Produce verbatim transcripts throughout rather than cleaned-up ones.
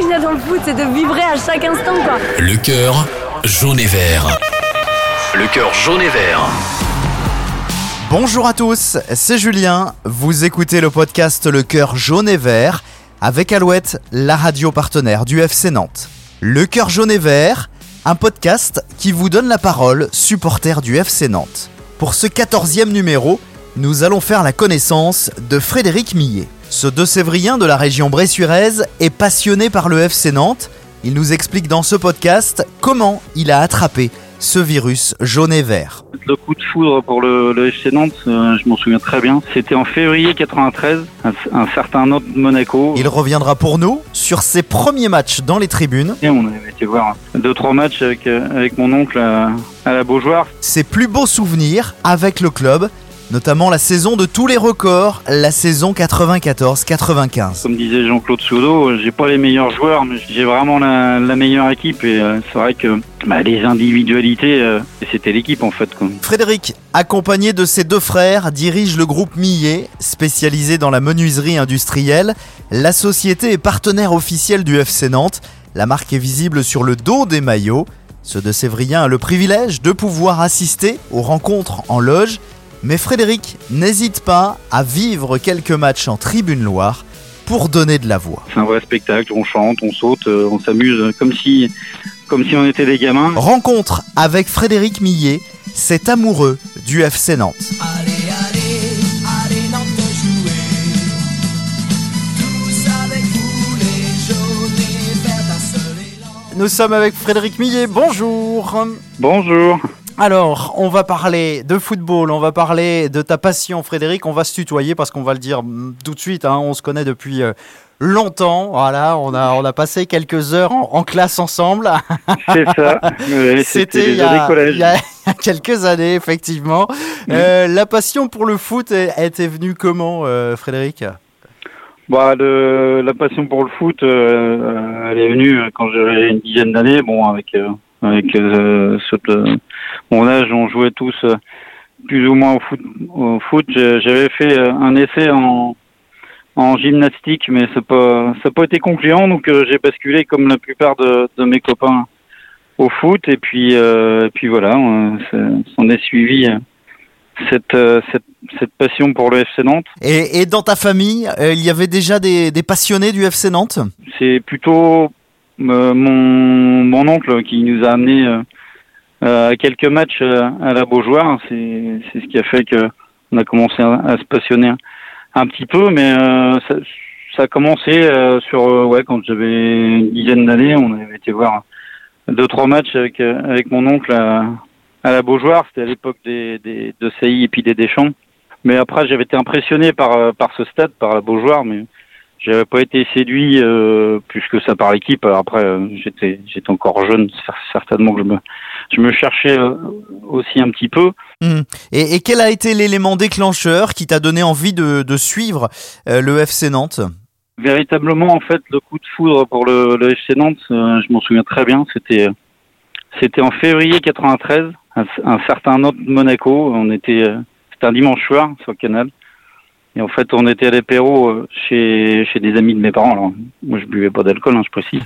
que j'adore le foot, c'est de vibrer à chaque instant, quoi. Le cœur jaune et vert. Le cœur jaune et vert. Bonjour à tous, c'est Julien. Vous écoutez le podcast Le cœur jaune et vert avec Alouette, la radio partenaire du F C Nantes. Le cœur jaune et vert, un podcast qui vous donne la parole, supporter du F C Nantes. Pour ce quatorzième numéro, nous allons faire la connaissance de Frédéric Millet. Ce Deux-Sévrien de la région bressuiraise est passionné par le F C Nantes. Il nous explique dans ce podcast comment il a attrapé ce virus jaune et vert. Le coup de foudre pour le, le F C Nantes, euh, je m'en souviens très bien. C'était en février quatre-vingt-treize, un, un certain Nantes Monaco. Il reviendra pour nous sur ses premiers matchs dans les tribunes. Et on avait été voir deux trois matchs avec, avec mon oncle à, à la Beaujoire. Ses plus beaux souvenirs avec le club, notamment la saison de tous les records, la saison quatre-vingt-quatorze quatre-vingt-quinze. Comme disait Jean-Claude Soudo, j'ai pas les meilleurs joueurs, mais j'ai vraiment la, la meilleure équipe. Et euh, c'est vrai que bah, les individualités, euh, c'était l'équipe en fait, quoi. Frédéric, accompagné de ses deux frères, dirige le groupe Millet, spécialisé dans la menuiserie industrielle. La société est partenaire officiel du F C Nantes. La marque est visible sur le dos des maillots. Ce Deux-Sévrien a le privilège de pouvoir assister aux rencontres en loge. Mais Frédéric n'hésite pas à vivre quelques matchs en Tribune Loire pour donner de la voix. C'est un vrai spectacle, on chante, on saute, on s'amuse comme si, comme si on était des gamins. Rencontre avec Frédéric Millet, cet amoureux du F C Nantes. Allez, allez, allez Nantes jouer, tous avec vous les jaunes et verts d'un seul élan. Nous sommes avec Frédéric Millet, bonjour. Bonjour. Alors, on va parler de football, on va parler de ta passion Frédéric, on va se tutoyer parce qu'on va le dire tout de suite, hein, on se connaît depuis euh, longtemps, voilà, on a, on a passé quelques heures en, en classe ensemble. C'est ça, oui, c'était, c'était il y, a, il y a quelques années effectivement. Euh, la passion pour le foot était venue comment euh, Frédéric ? Bah, le, la passion pour le foot, euh, elle est venue quand j'avais une dizaine d'années, bon, avec... Euh, Avec euh, ce, euh, mon âge, on jouait tous euh, plus ou moins au foot. Au foot. J'avais fait euh, un essai en, en gymnastique, mais ça n'a pas, ça pas été concluant. Donc euh, j'ai basculé comme la plupart de, de mes copains au foot. Et puis, euh, et puis voilà, on, on est suivi euh, cette, euh, cette, cette passion pour le F C Nantes. Et, et dans ta famille, euh, il y avait déjà des, des passionnés du F C Nantes ? C'est plutôt... Euh, mon, mon oncle qui nous a amené euh, euh, à quelques matchs euh, à la Beaujoire, c'est, c'est ce qui a fait que on a commencé à, à se passionner un, un petit peu, mais euh, ça, ça a commencé euh, sur euh, ouais quand j'avais une dizaine d'années, on avait été voir deux trois matchs avec euh, avec mon oncle à, à la Beaujoire. C'était à l'époque des, des de Sailly et puis des Deschamps. Mais après j'avais été impressionné par par ce stade, par la Beaujoire, mais j'avais pas été séduit euh, plus que ça par l'équipe. Après, euh, j'étais j'étais encore jeune, certainement que je me je me cherchais euh, aussi un petit peu. Mmh. Et, et quel a été l'élément déclencheur qui t'a donné envie de, de suivre euh, le F C Nantes ? Véritablement, en fait, le coup de foudre pour le, le F C Nantes, euh, je m'en souviens très bien. C'était c'était en février quatre-vingt-treize, un, un certain Nantes Monaco. On était euh, c'était un dimanche soir sur le Canal. Et en fait, on était à l'apéro chez chez des amis de mes parents. Alors, moi, je buvais pas d'alcool, hein, je précise.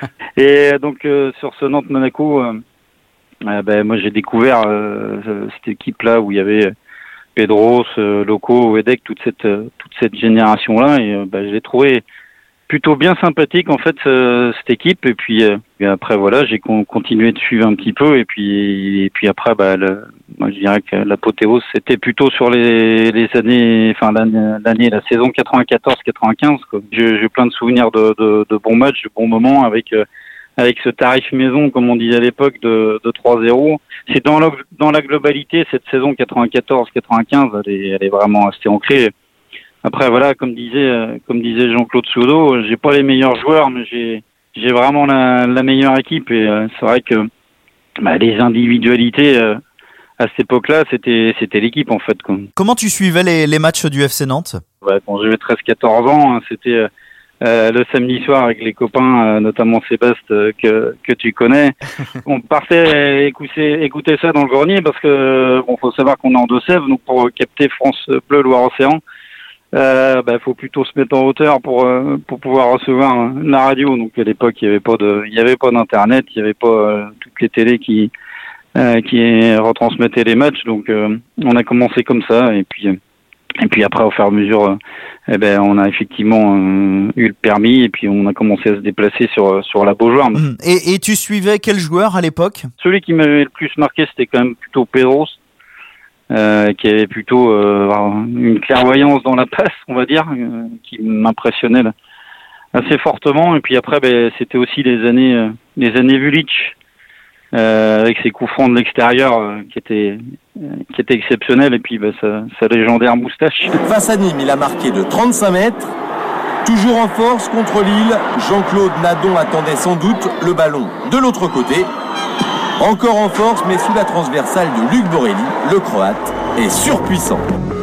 Et donc, euh, sur ce Nantes-Monaco, euh, euh, ben, moi, j'ai découvert euh, cette équipe-là où il y avait Pedros, euh, Loco, Wedek, toute cette euh, toute cette génération-là. Et euh, ben, je l'ai trouvé plutôt bien sympathique, en fait, euh, cette équipe. Et puis, euh, et après, voilà, j'ai con- continué de suivre un petit peu. Et puis, et puis après, bah, le, moi, je dirais que l'apothéose, c'était plutôt sur les, les années, enfin, l'année, l'année, la saison quatre-vingt-quatorze quatre-vingt-quinze, quoi. J'ai, j'ai plein de souvenirs de, de, de bons matchs, de bons moments avec, euh, avec ce tarif maison, comme on disait à l'époque, de, de trois zéro. C'est dans la, dans la globalité, cette saison quatre-vingt-quatorze quatre-vingt-quinze, elle est, elle est vraiment restée ancrée. Après, voilà, comme disait, comme disait Jean-Claude Soudo, j'ai pas les meilleurs joueurs, mais j'ai, j'ai vraiment la, la meilleure équipe. Et euh, c'est vrai que bah, les individualités euh, à cette époque-là, c'était, c'était l'équipe en fait, quoi. Comment tu suivais les, les matchs du F C Nantes ? Ouais, quand j'avais treize quatorze ans, hein, c'était euh, le samedi soir avec les copains, euh, notamment Sébastien euh, que que tu connais. On partait écouter écouter ça dans le grenier parce que bon, faut savoir qu'on est en Deux-Sèvres, donc pour capter France Bleu Loire-Océan. Euh, bah, faut plutôt se mettre en hauteur pour euh, pour pouvoir recevoir euh, la radio. Donc à l'époque, il y avait pas de, il y avait pas d'internet, il y avait pas euh, toutes les télés qui euh, qui retransmettaient les matchs. Donc euh, on a commencé comme ça, et puis euh, et puis après au fur et à mesure, euh, eh ben on a effectivement euh, eu le permis, et puis on a commencé à se déplacer sur sur la Beaujoire. Mmh. Et, et tu suivais quel joueur à l'époque ? Celui qui m'avait le plus marqué, c'était quand même plutôt Pedros. Euh, qui avait plutôt euh, une clairvoyance dans la passe, on va dire, euh, qui m'impressionnait là, assez fortement. Et puis après, ben, c'était aussi les années, euh, les années Vulic, euh, avec ses coups francs de l'extérieur, euh, qui étaient, euh, qui étaient exceptionnels. Et puis ben, sa, sa légendaire moustache. Face à Nîmes, il a marqué de trente-cinq mètres. Toujours en force contre Lille, Jean-Claude Nadon attendait sans doute le ballon de l'autre côté. Encore en force, mais sous la transversale de Luc Borelli, le Croate est surpuissant.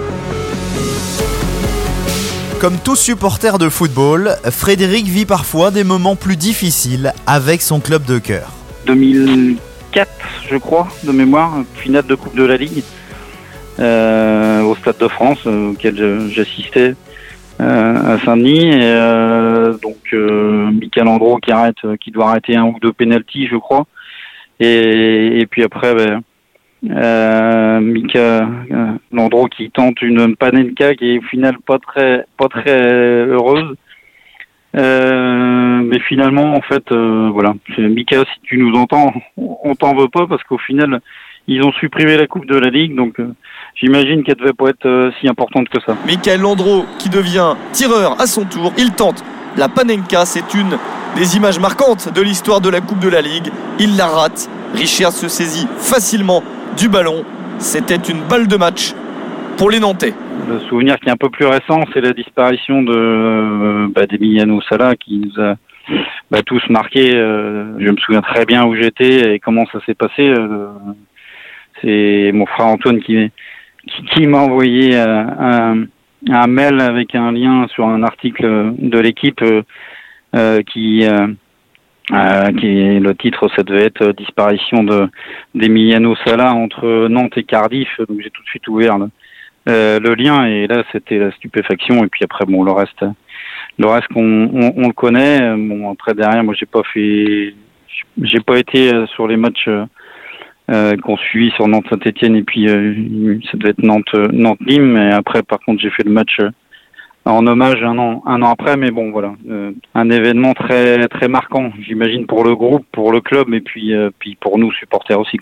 Comme tout supporter de football, Frédéric vit parfois des moments plus difficiles avec son club de cœur. deux mille quatre, je crois, de mémoire, finale de Coupe de la Ligue, euh, au Stade de France, euh, auquel je, j'assistais euh, à Saint-Denis. Et, euh, donc, euh, Michael Landreau qui arrête, qui doit arrêter un ou deux pénaltys, je crois. Et, et puis après, ben, euh, Mika euh, Landreau qui tente une panenka qui est au final pas très pas très heureuse. Euh, mais finalement, en fait, euh, voilà. Mika, si tu nous entends, on t'en veut pas parce qu'au final, ils ont supprimé la Coupe de la Ligue, donc euh, j'imagine qu'elle devait pas être euh, si importante que ça. Michael Landreau qui devient tireur à son tour, il tente la panenka, c'est une des images marquantes de l'histoire de la Coupe de la Ligue. Il la rate. Richard se saisit facilement du ballon. C'était une balle de match pour les Nantais. Le souvenir qui est un peu plus récent, c'est la disparition de euh, bah, d'Emiliano Sala qui nous a bah, tous marqués. Euh, je me souviens très bien où j'étais et comment ça s'est passé. Euh, c'est mon frère Antoine qui, qui, qui m'a envoyé euh, un, un mail avec un lien sur un article de l'équipe euh, euh, qui... Euh, Euh, qui est le titre, ça devait être euh, disparition de d'Emiliano Sala entre Nantes et Cardiff. Donc j'ai tout de suite ouvert le, euh, le lien, et là c'était la stupéfaction. Et puis après bon, le reste, le reste qu'on on, on le connaît. Bon après derrière, moi j'ai pas fait, j'ai pas été sur les matchs euh, qu'on suit sur Nantes Saint-Etienne, et puis euh, ça devait être Nantes Nantes Nîmes. Et après par contre j'ai fait le match en hommage un an, un an après, mais bon voilà, euh, un événement très très marquant, j'imagine, pour le groupe, pour le club, et puis euh, puis pour nous supporters aussi.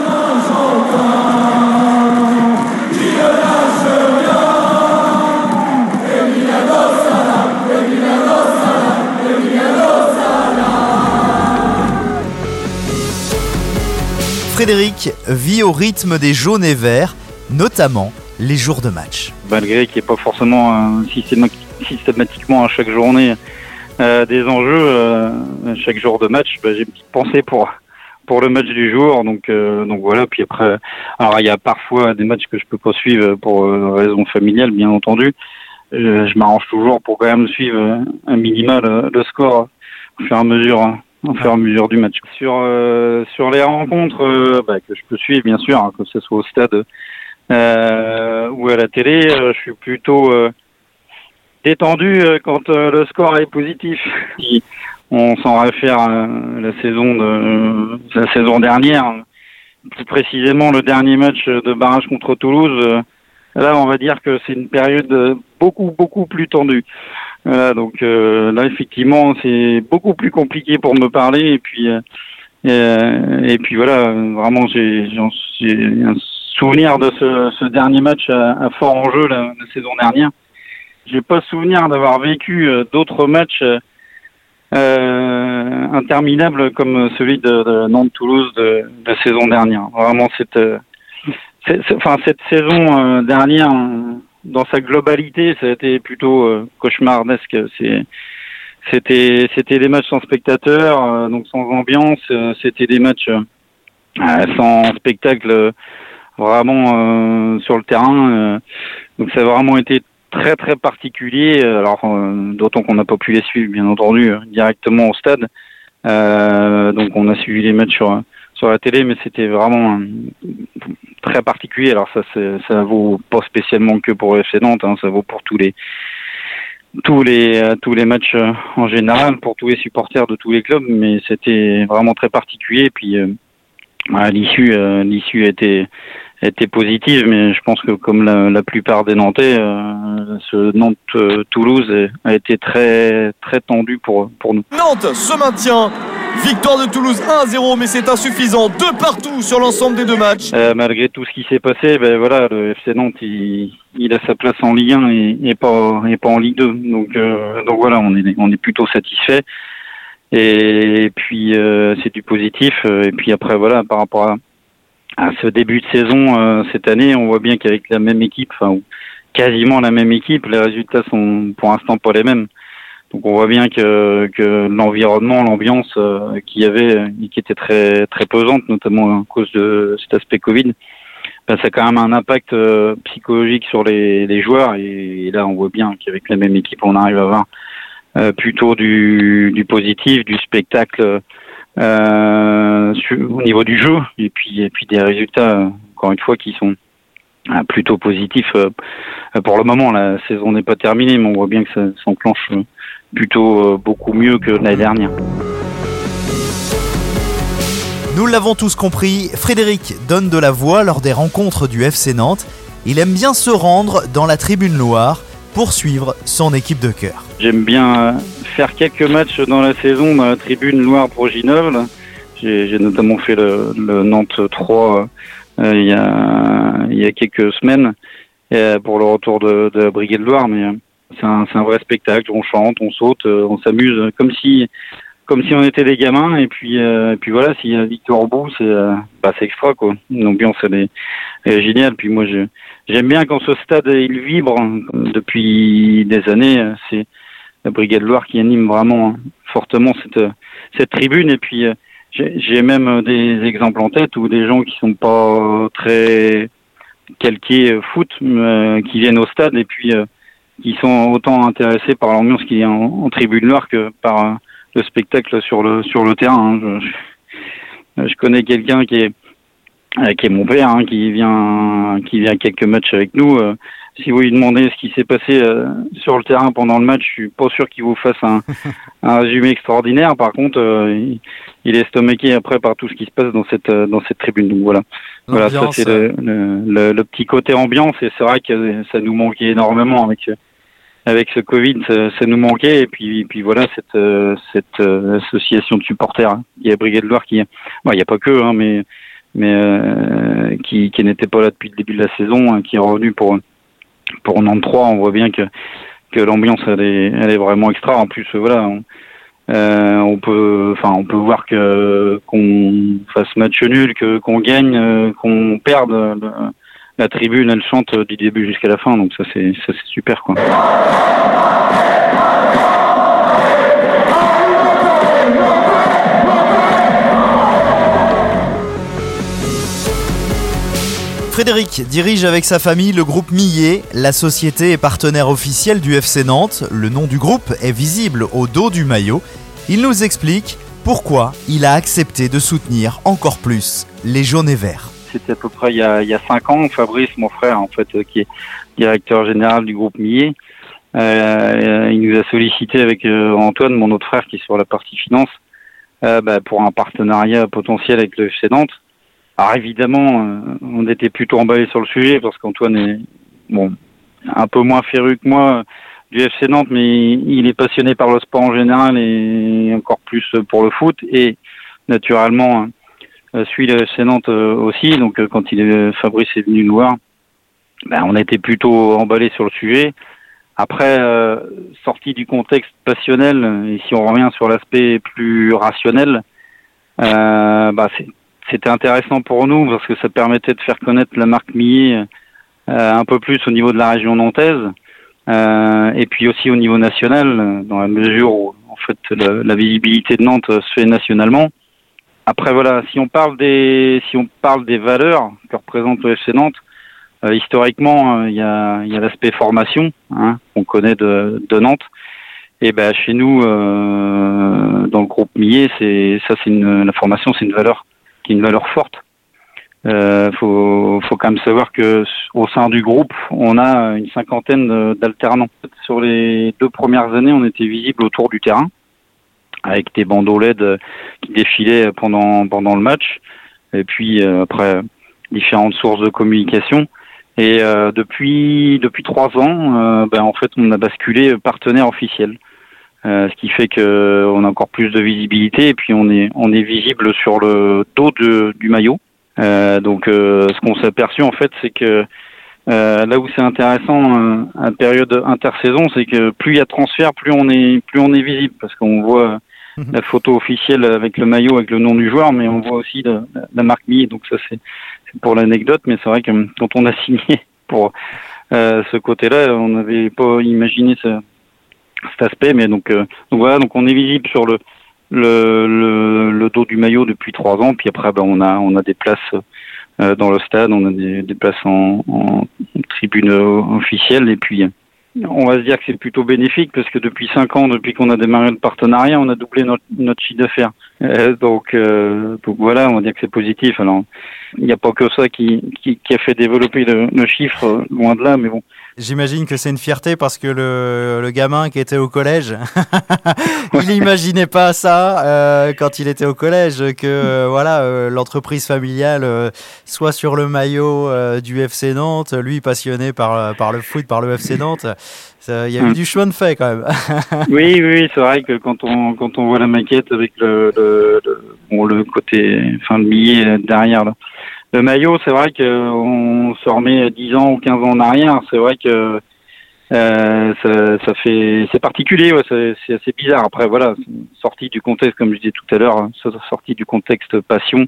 Frédéric vit au rythme des jaunes et verts, notamment les jours de match. Malgré qu'il n'y ait pas forcément euh, systématiquement à chaque journée euh, des enjeux, euh, chaque jour de match, bah, j'ai une petite pensée pour pour le match du jour. Donc euh, donc voilà. Puis après, alors il y a parfois des matchs que je peux pas suivre pour euh, raisons familiales, bien entendu. Euh, je m'arrange toujours pour quand même suivre un minima le, le score au fur et à mesure. Au fur et à mesure du match. Sur euh, sur les rencontres euh, bah, que je peux suivre, bien sûr, hein, que ce soit au stade euh, ou à la télé, euh, je suis plutôt euh, détendu euh, quand euh, le score est positif. Si on s'en réfère à la saison de euh, la saison dernière, plus précisément le dernier match de barrage contre Toulouse, euh, là on va dire que c'est une période beaucoup beaucoup plus tendue. Voilà, donc euh, là effectivement c'est beaucoup plus compliqué pour me parler, et puis euh, et, et puis voilà, vraiment j'ai, j'ai un souvenir de ce, ce dernier match à, à fort enjeu la, la saison dernière. J'ai pas souvenir d'avoir vécu euh, d'autres matchs euh, interminables comme celui de, de Nantes-Toulouse de, de la saison dernière. Vraiment cette euh, c'est, c'est, enfin cette saison euh, dernière, dans sa globalité, ça a été plutôt euh, cauchemardesque. C'est, c'était, c'était des matchs sans spectateurs, euh, donc sans ambiance. Euh, c'était des matchs euh, sans spectacle, euh, vraiment euh, sur le terrain. Euh, donc ça a vraiment été très très particulier. Alors euh, d'autant qu'on n'a pas pu les suivre, bien entendu, euh, directement au stade. Euh, donc on a suivi les matchs sur sur la télé, mais c'était vraiment euh, très particulier. Alors ça, c'est, ça vaut pas spécialement que pour le F C Nantes, hein, ça vaut pour tous les tous les euh, tous les matchs euh, en général, pour tous les supporters de tous les clubs, mais c'était vraiment très particulier. Et puis euh, à l'issue, euh, l'issue était était positive, mais je pense que comme la, la plupart des Nantais, euh, ce Nantes-Toulouse a été très très tendu pour pour nous. Nantes se maintient. Victoire de Toulouse un à zéro, mais c'est insuffisant. De partout sur l'ensemble des deux matchs. Euh, malgré tout ce qui s'est passé, ben voilà, le F C Nantes, il, il a sa place en Ligue un et, et pas et pas en Ligue deux. Donc euh, donc voilà, on est on est plutôt satisfait. Et puis euh, c'est du positif. Et puis après voilà, par rapport à, à ce début de saison euh, cette année, on voit bien qu'avec la même équipe, enfin quasiment la même équipe, les résultats sont pour l'instant pas les mêmes. Donc on voit bien que, que l'environnement, l'ambiance euh, qu'il y avait, euh, qui était très très pesante, notamment à cause de cet aspect Covid, ben, ça a quand même un impact euh, psychologique sur les, les joueurs. Et, et là, on voit bien qu'avec la même équipe, on arrive à avoir euh, plutôt du, du positif, du spectacle euh, sur, au niveau du jeu, et puis et puis des résultats, euh, encore une fois, qui sont euh, plutôt positifs. Euh, pour le moment, la saison n'est pas terminée, mais on voit bien que ça s'enclenche euh, plutôt euh, beaucoup mieux que l'année dernière. Nous l'avons tous compris, Frédéric donne de la voix lors des rencontres du F C Nantes. Il aime bien se rendre dans la tribune Loire pour suivre son équipe de cœur. J'aime bien faire quelques matchs dans la saison dans la tribune Loire pour Grenoble. J'ai, j'ai notamment fait le, le Nantes trois euh, il, y a, il y a quelques semaines euh, pour le retour de, de la Brigade Loire, mais euh, c'est un, c'est un vrai spectacle. On chante, on saute, euh, on s'amuse comme si comme si on était des gamins. Et puis euh, et puis voilà, s'il y a victoire au bout, c'est euh, bah c'est extra quoi. L'ambiance elle est, elle est géniale. Puis moi je j'aime bien quand ce stade il vibre depuis des années. C'est la Brigade Loire qui anime vraiment fortement cette cette tribune. Et puis euh, j'ai, j'ai même des exemples en tête où des gens qui sont pas très calqués foot euh, qui viennent au stade et puis euh, qui sont autant intéressés par l'ambiance qui est en, en tribune Loire que par euh, le spectacle sur le sur le terrain. Hein. Je, je connais quelqu'un qui est euh, qui est mon père, hein, qui vient qui vient quelques matchs avec nous. Euh, si vous lui demandez ce qui s'est passé euh, sur le terrain pendant le match, je suis pas sûr qu'il vous fasse un, un résumé extraordinaire. Par contre, euh, il, il est estomaqué après par tout ce qui se passe dans cette dans cette tribune. Donc voilà. Voilà, ça c'est le, le, le, le petit côté ambiance, et c'est vrai que ça nous manquait énormément avec avec ce Covid, ça, ça nous manquait. Et puis, et puis voilà, cette cette euh, association de supporters, hein. Il y a Brigade Loire qui, bon, il n'y a pas que, hein, mais mais euh, qui qui n'était pas là depuis le début de la saison, hein, qui est revenu pour pour Nantes trois. On voit bien que que l'ambiance elle est elle est vraiment extra. En plus, voilà. On, Euh, on peut, enfin, on peut voir que qu'on fasse match nul, que qu'on gagne, euh, qu'on perde. Le, la tribune, elle chante du début jusqu'à la fin, donc ça c'est ça c'est super quoi. Frédéric dirige avec sa famille le groupe Millet. La société est partenaire officiel du F C Nantes. Le nom du groupe est visible au dos du maillot. Il nous explique pourquoi il a accepté de soutenir encore plus les jaunes et verts. C'était à peu près il y a, il y a cinq ans. Fabrice, mon frère, en fait, qui est directeur général du groupe Millet, euh, il nous a sollicité avec euh, Antoine, mon autre frère, qui est sur la partie finance, euh, bah, pour un partenariat potentiel avec le F C Nantes. Alors évidemment, euh, on était plutôt emballés sur le sujet parce qu'Antoine est bon un peu moins féru que moi du F C Nantes, mais il est passionné par le sport en général et encore plus pour le foot, et naturellement euh, suit le F C Nantes euh, aussi. Donc euh, quand il est, Fabrice est venu nous voir, ben, on a été plutôt emballés sur le sujet. Après, euh, sorti du contexte passionnel, et si on revient sur l'aspect plus rationnel, euh, bah, c'est, c'était intéressant pour nous parce que ça permettait de faire connaître la marque Millet euh, un peu plus au niveau de la région nantaise. Euh, et puis aussi au niveau national, dans la mesure où en fait la, la visibilité de Nantes se fait nationalement. Après voilà, si on parle des si on parle des valeurs que représente le F C Nantes, euh, historiquement il euh, y a il y a l'aspect formation, hein, qu'on connaît de, de Nantes. Et ben chez nous, euh, dans le groupe Millet, c'est ça c'est une la formation, c'est une valeur qui c'était une valeur forte. Euh, faut, faut quand même savoir que au sein du groupe, on a une cinquantaine d'alternants. Sur les deux premières années, on était visible autour du terrain, avec des bandeaux L E D qui défilaient pendant pendant le match, et puis euh, après différentes sources de communication. Et euh, depuis depuis trois ans, euh, ben en fait, on a basculé partenaire officiel, euh, ce qui fait que on a encore plus de visibilité, et puis on est on est visible sur le dos de, du maillot. Euh, donc, euh, ce qu'on s'est aperçu en fait, c'est que euh, là où c'est intéressant euh, à période intersaison, c'est que plus il y a de transferts, plus on est plus on est visible, parce qu'on voit mmh. la photo officielle avec le maillot, avec le nom du joueur, mais on voit aussi la, la marque M I. Donc ça c'est, c'est pour l'anecdote, mais c'est vrai que quand on a signé pour euh, ce côté-là, on n'avait pas imaginé ce, cet aspect, mais donc, euh, donc voilà, donc on est visible sur le Le, le, le dos du maillot depuis trois ans, puis après ben, on a on a des places euh, dans le stade, on a des, des places en, en tribune officielle, et puis on va se dire que c'est plutôt bénéfique, parce que depuis cinq ans, depuis qu'on a démarré le partenariat, on a doublé notre, notre chiffre d'affaires. Euh, donc, euh, donc voilà, on va dire que c'est positif. Alors il n'y a pas que ça qui, qui, qui a fait développer le, le chiffre, loin de là, mais bon. J'imagine que c'est une fierté, parce que le, le gamin qui était au collège, il n'imaginait pas ça euh, quand il était au collège, que euh, voilà euh, l'entreprise familiale euh, soit sur le maillot euh, du F C Nantes, lui passionné par, par le foot, par le F C Nantes. Il y a eu mmh. du chemin de fait quand même. oui, oui, c'est vrai que quand on quand on voit la maquette avec le le, le, bon, le côté, enfin le billet derrière là. Le maillot, c'est vrai qu'on se remet dix ans ou quinze ans en arrière. C'est vrai que euh, ça, ça fait, c'est particulier, ouais, c'est, c'est assez bizarre. Après, voilà, sorti du contexte, comme je disais tout à l'heure, sorti du contexte passion.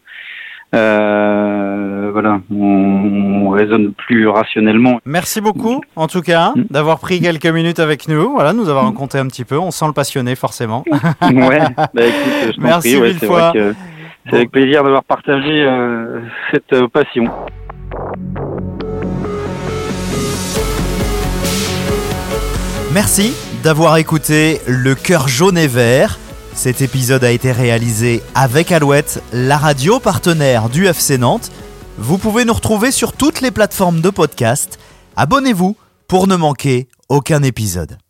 Euh, voilà, on, on raisonne plus rationnellement. Merci beaucoup, en tout cas, mmh. d'avoir pris quelques minutes avec nous. Voilà, nous avoir raconté un petit peu. On sent le passionné, forcément. ouais. Bah écoute, je t'en Merci prie, ouais, mille c'est fois. Vrai que c'est avec plaisir d'avoir partagé euh, cette euh, passion. Merci d'avoir écouté Le Cœur Jaune et Vert. Cet épisode a été réalisé avec Alouette, la radio partenaire du F C Nantes. Vous pouvez nous retrouver sur toutes les plateformes de podcast. Abonnez-vous pour ne manquer aucun épisode.